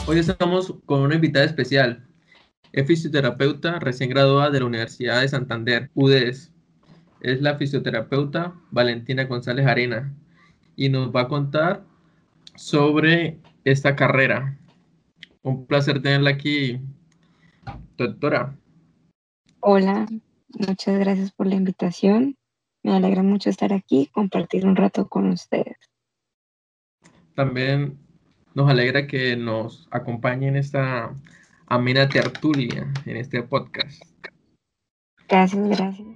Hoy estamos con una invitada especial. Es fisioterapeuta recién graduada de la Universidad de Santander, UDES. Es la fisioterapeuta Valentina González Arena y nos va a contar sobre esta carrera. Un placer tenerla aquí, doctora. Hola, muchas gracias por la invitación. Me alegra mucho estar aquí y compartir un rato con ustedes. También nos alegra que nos acompañe en esta amena tertulia, en este podcast. Gracias, gracias.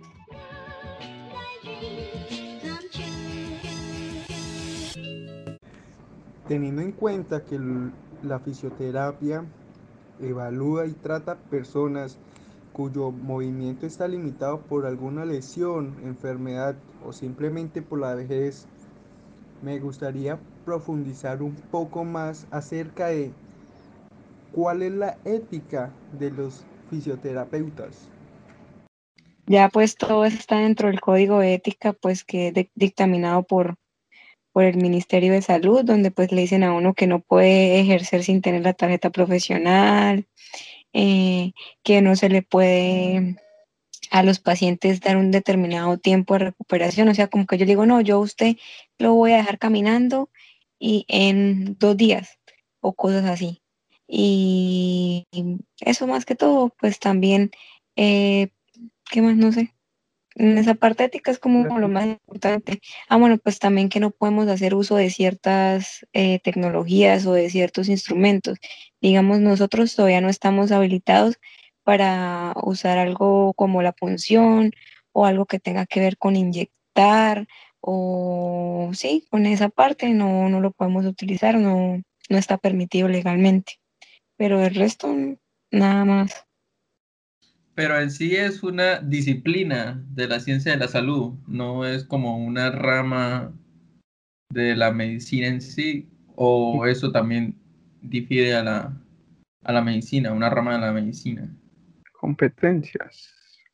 Teniendo en cuenta que la fisioterapia evalúa y trata personas cuyo movimiento está limitado por alguna lesión, enfermedad o simplemente por la vejez, me gustaría profundizar un poco más acerca de cuál es la ética de los fisioterapeutas. Ya pues todo está dentro del código de ética pues dictaminado por el Ministerio de Salud, donde pues le dicen a uno que no puede ejercer sin tener la tarjeta profesional, eh, que no se le puede a los pacientes dar un determinado tiempo de recuperación. O sea, como que yo le digo, no, yo a usted lo voy a dejar caminando y en 2 días o cosas así. Y eso más que todo, pues también, eh, ¿qué más? No sé. En esa parte ética es como lo más importante. Ah, bueno, pues también que no podemos hacer uso de ciertas tecnologías o de ciertos instrumentos. Digamos, nosotros todavía no estamos habilitados para usar algo como la punción o algo que tenga que ver con inyectar o sí, con esa parte no lo podemos utilizar, no está permitido legalmente. Pero el resto, nada más. Pero en sí es una disciplina de la ciencia de la salud, no es como una rama de la medicina en sí, o eso también difiere a la medicina, una rama de la medicina. Competencias.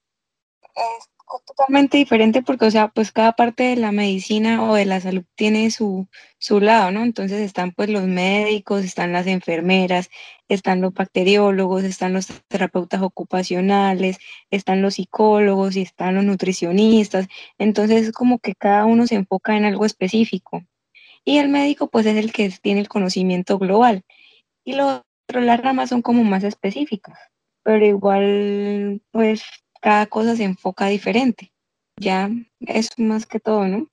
Es totalmente diferente porque, o sea, pues cada parte de la medicina o de la salud tiene su lado, ¿no? Entonces están pues los médicos, están las enfermeras, están los bacteriólogos, están los terapeutas ocupacionales, están los psicólogos y están los nutricionistas. Entonces es como que cada uno se enfoca en algo específico. Y el médico pues es el que tiene el conocimiento global. Y lo otro, las ramas son como más específicas, pero igual, pues cada cosa se enfoca diferente. Ya es más que todo, ¿no?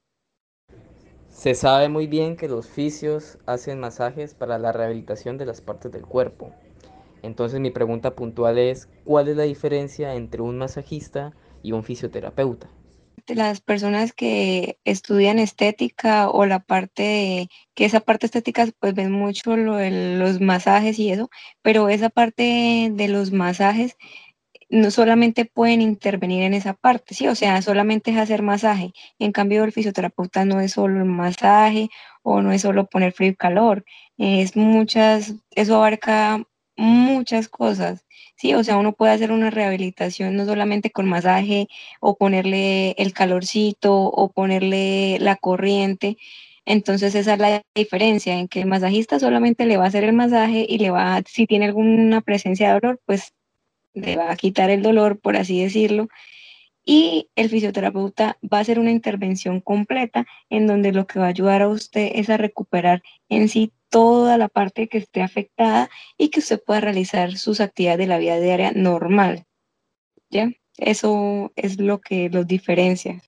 Se sabe muy bien que los fisios hacen masajes para la rehabilitación de las partes del cuerpo. Entonces mi pregunta puntual es, ¿cuál es la diferencia entre un masajista y un fisioterapeuta? Las personas que estudian estética o la parte de, que esa parte estética, pues ven mucho lo de los masajes y eso, pero esa parte de los masajes no solamente pueden intervenir en esa parte, sí, o sea, solamente es hacer masaje. En cambio, el fisioterapeuta no es solo el masaje o no es solo poner frío y calor, eso abarca muchas cosas, sí, o sea, uno puede hacer una rehabilitación no solamente con masaje o ponerle el calorcito o ponerle la corriente. Entonces esa es la diferencia en que el masajista solamente le va a hacer el masaje y si tiene alguna presencia de dolor, pues le va a quitar el dolor, por así decirlo, y el fisioterapeuta va a hacer una intervención completa en donde lo que va a ayudar a usted es a recuperar en sí toda la parte que esté afectada y que usted pueda realizar sus actividades de la vida diaria normal, ¿ya? Eso es lo que los diferencia.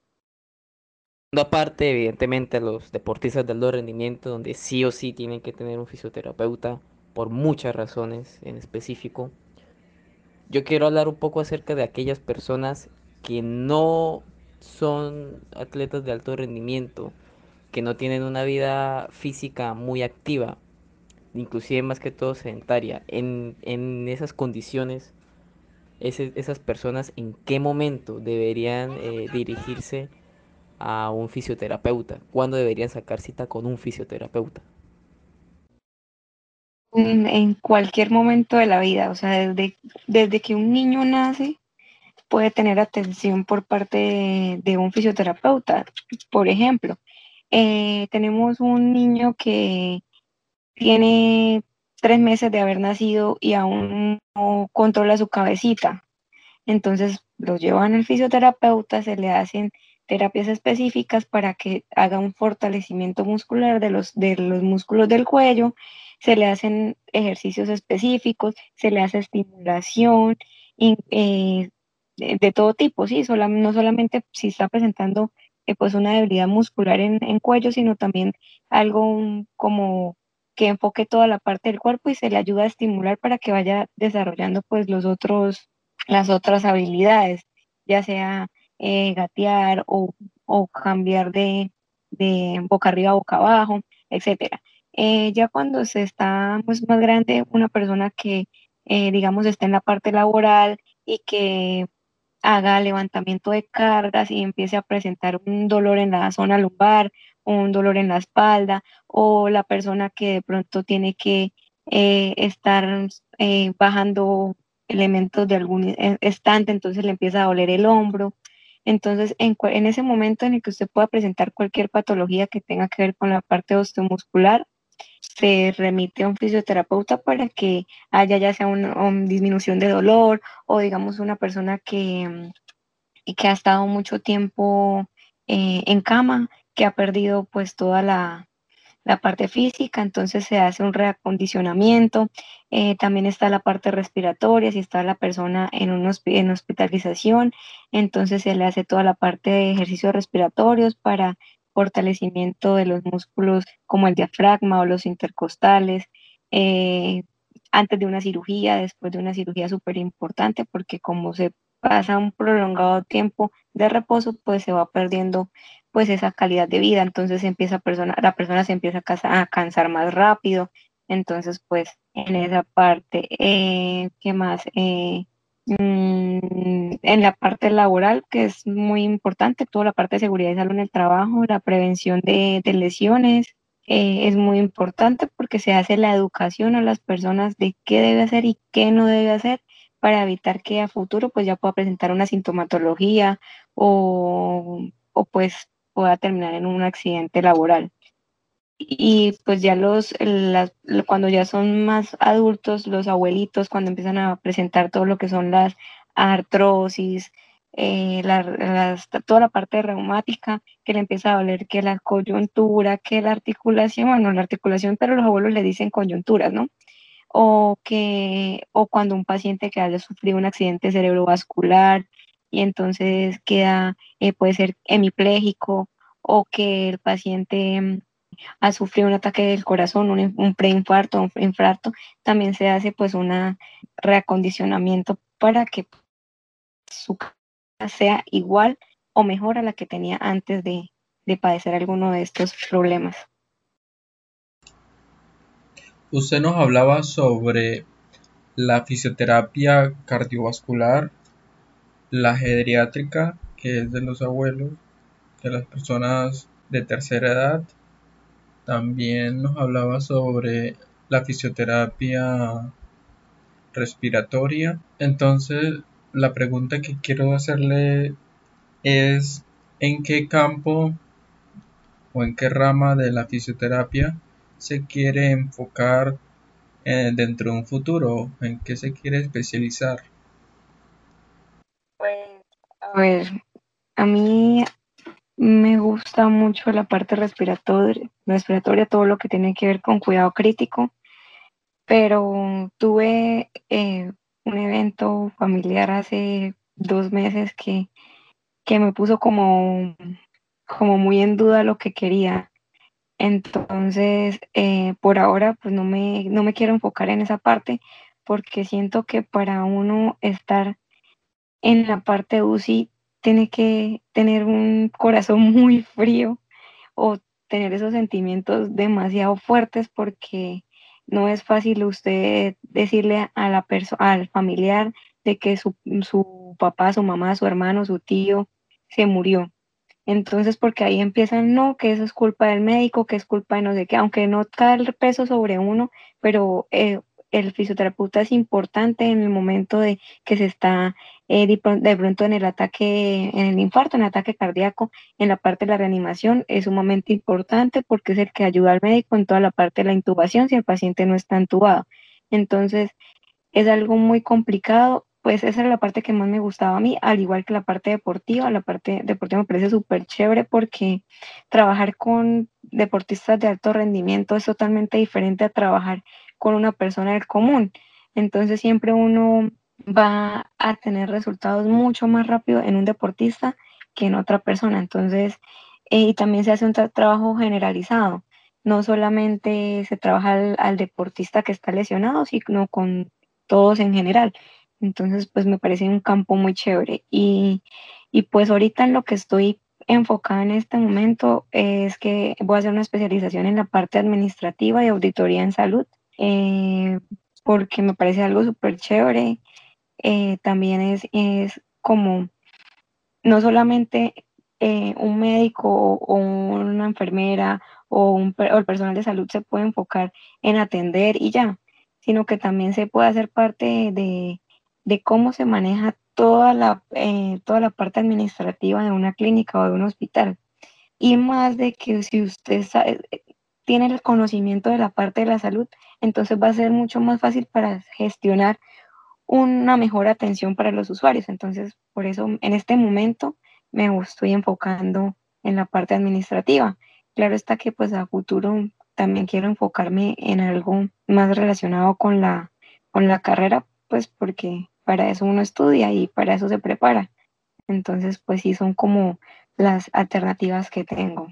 Aparte, evidentemente, los deportistas de alto rendimiento, donde sí o sí tienen que tener un fisioterapeuta por muchas razones en específico. Yo quiero hablar un poco acerca de aquellas personas que no son atletas de alto rendimiento, que no tienen una vida física muy activa, inclusive más que todo sedentaria. En esas condiciones, esas personas en qué momento deberían dirigirse a un fisioterapeuta, cuándo deberían sacar cita con un fisioterapeuta. En cualquier momento de la vida, o sea, desde que un niño nace, puede tener atención por parte de un fisioterapeuta. Por ejemplo, tenemos un niño que tiene 3 meses de haber nacido y aún no controla su cabecita. Entonces lo llevan al fisioterapeuta, se le hacen terapias específicas para que haga un fortalecimiento muscular de los músculos del cuello, se le hacen ejercicios específicos, se le hace estimulación de todo tipo, ¿sí? No solamente si está presentando pues una debilidad muscular en cuello, sino también algo como que enfoque toda la parte del cuerpo y se le ayuda a estimular para que vaya desarrollando pues las otras habilidades, ya sea gatear o cambiar de boca arriba a boca abajo, etcétera. Ya cuando se está pues, más grande, una persona que, digamos, está en la parte laboral y que haga levantamiento de cargas y empiece a presentar un dolor en la zona lumbar, un dolor en la espalda, o la persona que de pronto tiene que estar bajando elementos de algún estante, entonces le empieza a doler el hombro. Entonces, en ese momento en el que usted pueda presentar cualquier patología que tenga que ver con la parte osteomuscular, se remite a un fisioterapeuta para que haya ya sea una disminución de dolor o digamos una persona que ha estado mucho tiempo en cama, que ha perdido pues toda la parte física, entonces se hace un reacondicionamiento. También está la parte respiratoria, si está la persona en hospitalización, entonces se le hace toda la parte de ejercicios respiratorios para fortalecimiento de los músculos como el diafragma o los intercostales, eh, antes de una cirugía, después de una cirugía súper importante, porque como se pasa un prolongado tiempo de reposo, pues se va perdiendo pues esa calidad de vida, entonces la persona se empieza a cansar más rápido, entonces pues en esa parte, ¿qué más? En la parte laboral, que es muy importante, toda la parte de seguridad y salud en el trabajo, la prevención de lesiones, es muy importante porque se hace la educación a las personas de qué debe hacer y qué no debe hacer para evitar que a futuro pues ya pueda presentar una sintomatología o pues pueda terminar en un accidente laboral. Y pues ya cuando ya son más adultos, los abuelitos, cuando empiezan a presentar todo lo que son las artrosis, toda la parte reumática, que le empieza a doler que la coyuntura, que la articulación, bueno, la articulación, pero los abuelos le dicen coyunturas, ¿no? O cuando un paciente que haya sufrido un accidente cerebrovascular y entonces puede ser hemipléjico, o que el paciente ha sufrido un ataque del corazón, un preinfarto, un infarto, también se hace pues un reacondicionamiento para que su casa sea igual o mejor a la que tenía antes de padecer alguno de estos problemas. Usted nos hablaba sobre la fisioterapia cardiovascular, la geriátrica, que es de los abuelos, de las personas de tercera edad. También nos hablaba sobre la fisioterapia respiratoria. Entonces, la pregunta que quiero hacerle es ¿en qué campo o en qué rama de la fisioterapia se quiere enfocar dentro de un futuro? ¿En qué se quiere especializar? Pues, a ver, a mí me gusta mucho la parte respiratoria, todo lo que tiene que ver con cuidado crítico, pero tuve un evento familiar hace 2 meses que me puso como muy en duda lo que quería. Entonces, por ahora, pues no me quiero enfocar en esa parte porque siento que para uno estar en la parte UCI tiene que tener un corazón muy frío o tener esos sentimientos demasiado fuertes porque no es fácil usted decirle a al familiar de que su papá, su mamá, su hermano, su tío se murió. Entonces, porque ahí empiezan, no, que eso es culpa del médico, que es culpa de no sé qué, aunque no cae el peso sobre uno, pero el fisioterapeuta es importante en el momento de que se está de pronto en el ataque, en el infarto, en el ataque cardíaco, en la parte de la reanimación, es sumamente importante porque es el que ayuda al médico en toda la parte de la intubación si el paciente no está intubado. Entonces, es algo muy complicado, pues esa era la parte que más me gustaba a mí, al igual que la parte deportiva me parece súper chévere porque trabajar con deportistas de alto rendimiento es totalmente diferente a trabajar con una persona del común. Entonces siempre uno va a tener resultados mucho más rápido en un deportista que en otra persona. Entonces, y también se hace un trabajo generalizado. No solamente se trabaja al deportista que está lesionado, sino con todos en general. Entonces, pues me parece un campo muy chévere. Y pues ahorita en lo que estoy enfocada en este momento es que voy a hacer una especialización en la parte administrativa y auditoría en salud, porque me parece algo súper chévere. También es como no solamente un médico o una enfermera o el personal de salud se puede enfocar en atender y ya, sino que también se puede hacer parte de cómo se maneja toda la parte administrativa de una clínica o de un hospital. Y más de que si usted tiene el conocimiento de la parte de la salud, entonces va a ser mucho más fácil para gestionar una mejor atención para los usuarios. Entonces, por eso en este momento me estoy enfocando en la parte administrativa. Claro está que pues a futuro también quiero enfocarme en algo más relacionado con la carrera, pues porque para eso uno estudia y para eso se prepara. Entonces, pues sí, son como las alternativas que tengo.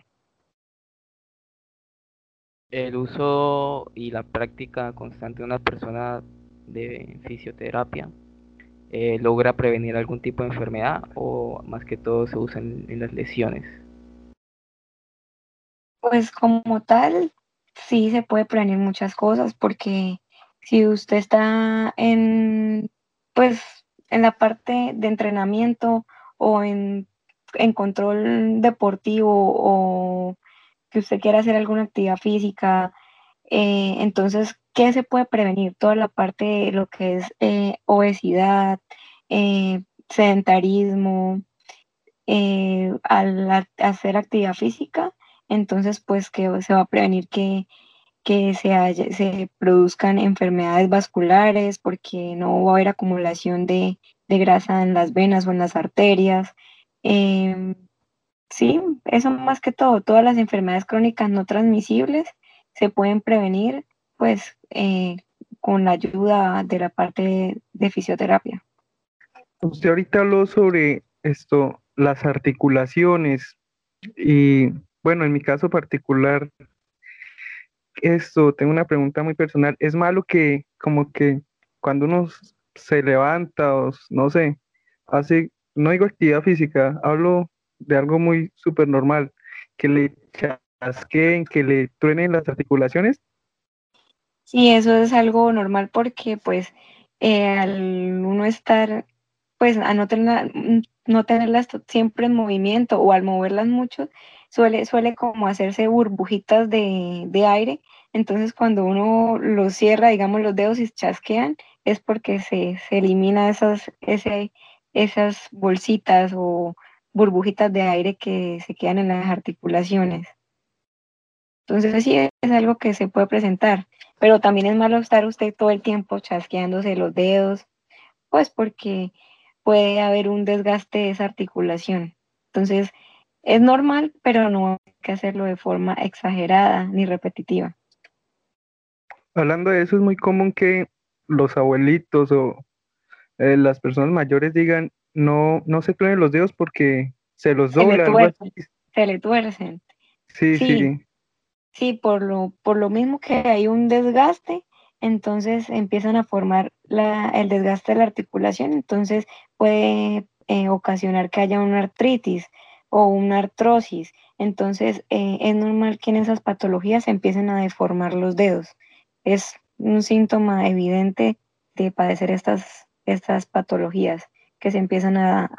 El uso y la práctica constante de una persona de fisioterapia logra prevenir algún tipo de enfermedad o más que todo se usa en las lesiones. Pues como tal, sí se puede prevenir muchas cosas porque si usted está en, pues, en la parte de entrenamiento o en control deportivo o que usted quiera hacer alguna actividad física, entonces, ¿qué se puede prevenir? Toda la parte de lo que es obesidad, sedentarismo, al hacer actividad física, entonces pues que se va a prevenir que se produzcan enfermedades vasculares porque no va a haber acumulación de grasa en las venas o en las arterias. Em, sí, eso más que todo, todas las enfermedades crónicas no transmisibles se pueden prevenir pues con la ayuda de la parte de fisioterapia. Usted ahorita habló sobre esto, las articulaciones y bueno, en mi caso particular, esto, tengo una pregunta muy personal. ¿Es malo que como que cuando uno se levanta o no sé, hace, no digo actividad física, hablo de algo muy súper normal, que le chasqueen, que le truenen las articulaciones? Sí, eso es algo normal porque pues al uno estar, pues a no tenerlas siempre en movimiento o al moverlas mucho, suele como hacerse burbujitas de aire. Entonces cuando uno los cierra, digamos los dedos y chasquean, es porque se elimina esas bolsitas o burbujitas de aire que se quedan en las articulaciones. Entonces sí es algo que se puede presentar, pero también es malo estar usted todo el tiempo chasqueándose los dedos, pues porque puede haber un desgaste de esa articulación. Entonces es normal, pero no hay que hacerlo de forma exagerada ni repetitiva. Hablando de eso, es muy común que los abuelitos o las personas mayores digan, no, no se truenen los dedos porque se los Se le dobla, algo así. tuercen, se le tuercen. Sí, Sí, sí. sí, por lo mismo que hay un desgaste, entonces empiezan a formar el desgaste de la articulación, entonces puede ocasionar que haya una artritis o una artrosis. Entonces es normal que en esas patologías se empiecen a deformar los dedos. Es un síntoma evidente de padecer estas patologías, que se empiezan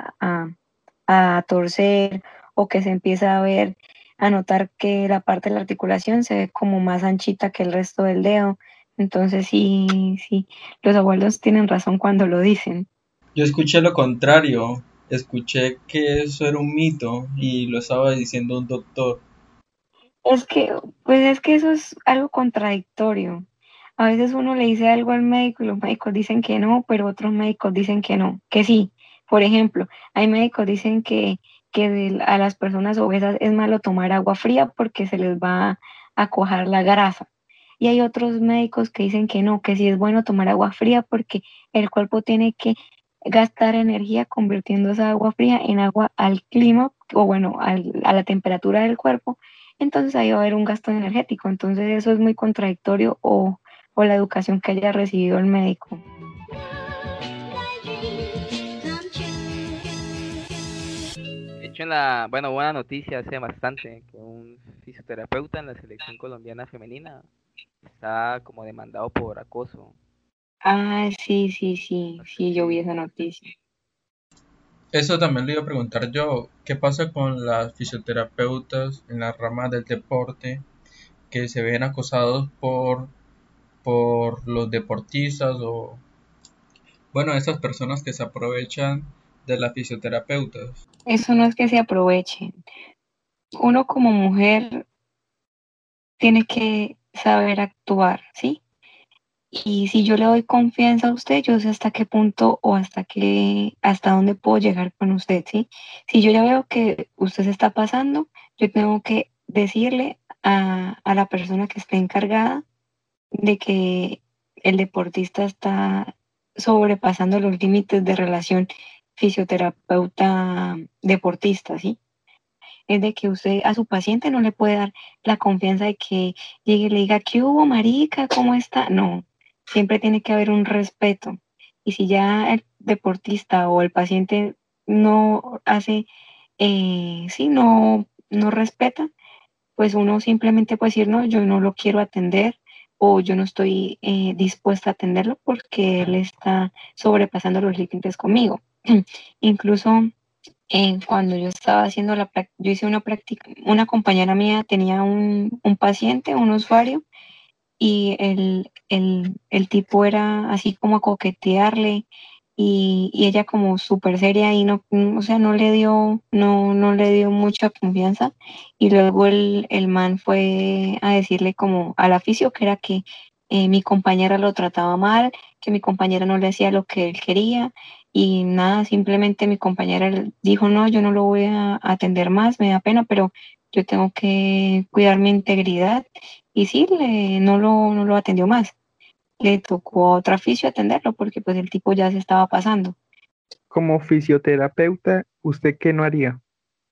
a torcer o que se empieza a ver a notar que la parte de la articulación se ve como más anchita que el resto del dedo. Entonces sí, los abuelos tienen razón cuando lo dicen. Yo escuché lo contrario, escuché que eso era un mito y lo estaba diciendo un doctor. Pues es que eso es algo contradictorio. A veces uno le dice algo al médico y los médicos dicen que no, pero otros médicos dicen que no, que sí. Por ejemplo, hay médicos dicen que a las personas obesas es malo tomar agua fría porque se les va a cuajar la grasa. Y hay otros médicos que dicen que no, que sí es bueno tomar agua fría porque el cuerpo tiene que gastar energía convirtiendo esa agua fría en agua al clima o bueno, a la temperatura del cuerpo, entonces ahí va a haber un gasto energético. Entonces eso es muy contradictorio o la educación que haya recibido el médico. De hecho, buena noticia hace bastante que un fisioterapeuta en la selección colombiana femenina está como demandado por acoso. Ah, sí, yo vi esa noticia. Eso también le iba a preguntar yo, ¿qué pasa con las fisioterapeutas en la rama del deporte que se ven acosados por los deportistas o, bueno, esas personas que se aprovechan de las fisioterapeutas? Eso no es que se aprovechen. Uno como mujer tiene que saber actuar, ¿sí? Y si yo le doy confianza a usted, yo sé hasta qué punto o hasta dónde puedo llegar con usted, ¿sí? Si yo ya veo que usted se está pasando, yo tengo que decirle a la persona que esté encargada de que el deportista está sobrepasando los límites de relación fisioterapeuta-deportista, ¿sí? Es de que usted a su paciente no le puede dar la confianza de que llegue y le diga, ¿qué hubo, marica? ¿Cómo está? No, siempre tiene que haber un respeto. Y si ya el deportista o el paciente no hace, sí, no respeta, pues uno simplemente puede decir, no, yo no lo quiero atender o yo no estoy dispuesta a atenderlo porque él está sobrepasando los límites conmigo. Incluso cuando yo estaba haciendo yo hice una práctica, una compañera mía tenía un paciente, un usuario, y el tipo era así como a coquetearle y ella como súper seria y o sea, no le dio mucha confianza y luego el man fue a decirle como al aficio que era que mi compañera lo trataba mal, que mi compañera no le hacía lo que él quería y nada, simplemente mi compañera dijo, no, yo no lo voy a atender más, me da pena, pero yo tengo que cuidar mi integridad y sí, no lo atendió más. Le tocó a otra fisio atenderlo porque pues el tipo ya se estaba pasando. Como fisioterapeuta, ¿usted qué no haría?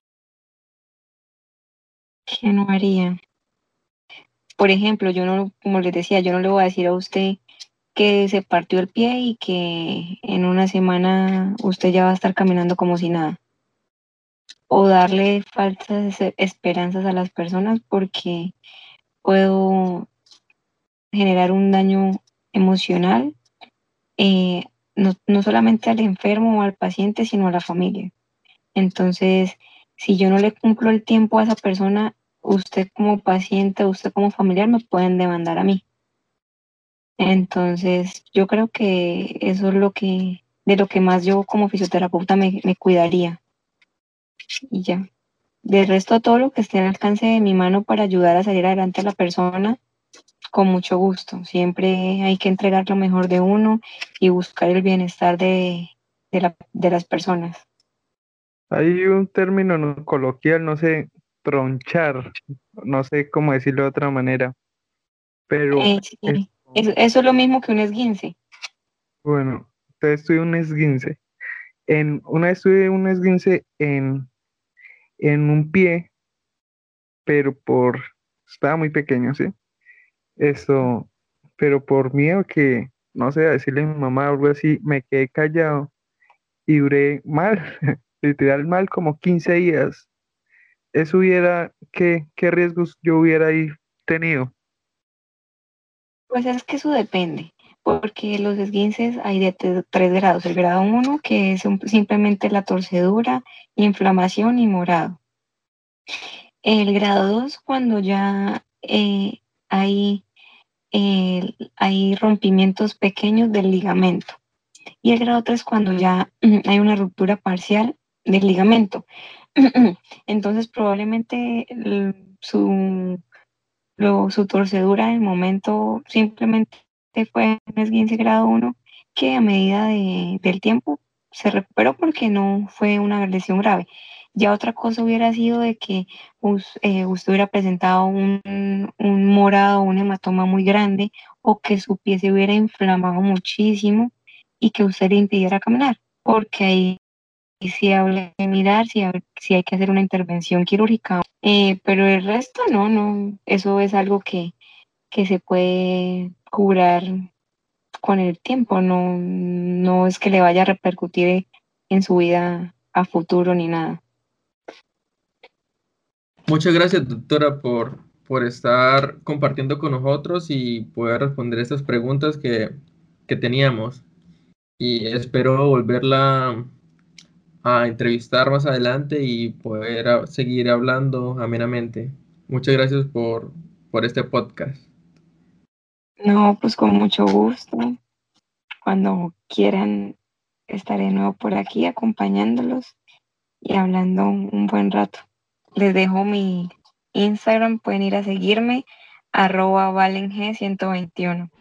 ¿Qué no haría? Por ejemplo, yo no, como les decía, yo no le voy a decir a usted que se partió el pie y que en una semana usted ya va a estar caminando como si nada. O darle falsas esperanzas a las personas porque puedo generar un daño emocional, eh, no solamente al enfermo o al paciente, sino a la familia. Entonces, si yo no le cumplo el tiempo a esa persona, usted como paciente, usted como familiar me pueden demandar a mí. Entonces, yo creo que eso es de lo que más yo como fisioterapeuta me cuidaría. Y ya. De resto, todo lo que esté al alcance de mi mano para ayudar a salir adelante a la persona, con mucho gusto. Siempre hay que entregar lo mejor de uno y buscar el bienestar de las personas. Hay un término no coloquial, no sé, tronchar, no sé cómo decirlo de otra manera, pero es, Sí, eso es lo mismo que un esguince. bueno, entonces tuve un esguince. Una vez tuve un esguince en un pie, pero estaba muy pequeño, ¿sí? Eso, pero por miedo que, no sé, a decirle a mi mamá o algo así, me quedé callado y duré mal, literal mal como 15 días. Eso hubiera, ¿qué riesgos yo hubiera ahí tenido? Pues es que eso depende, porque los esguinces hay de tres grados. El grado uno, que es simplemente la torcedura, inflamación y morado. El grado 2, cuando ya hay hay rompimientos pequeños del ligamento. Y el grado 3 cuando ya hay una ruptura parcial del ligamento. Entonces probablemente su torcedura en el momento simplemente fue un esguince grado 1 que a medida del tiempo se recuperó porque no fue una lesión grave. Ya otra cosa hubiera sido de que usted hubiera presentado un morado, un hematoma muy grande, o que su pie se hubiera inflamado muchísimo y que usted le impidiera caminar, porque ahí sí habría que mirar si hay que hacer una intervención quirúrgica. Pero el resto no, eso es algo que se puede curar con el tiempo, no es que le vaya a repercutir en su vida a futuro ni nada. Muchas gracias, doctora, por estar compartiendo con nosotros y poder responder estas preguntas que teníamos. Y espero volverla a entrevistar más adelante y poder seguir hablando amenamente. Muchas gracias por este podcast. No, pues con mucho gusto. Cuando quieran, estaré de nuevo por aquí acompañándolos y hablando un buen rato. Les dejo mi Instagram, pueden ir a seguirme, @valeng121.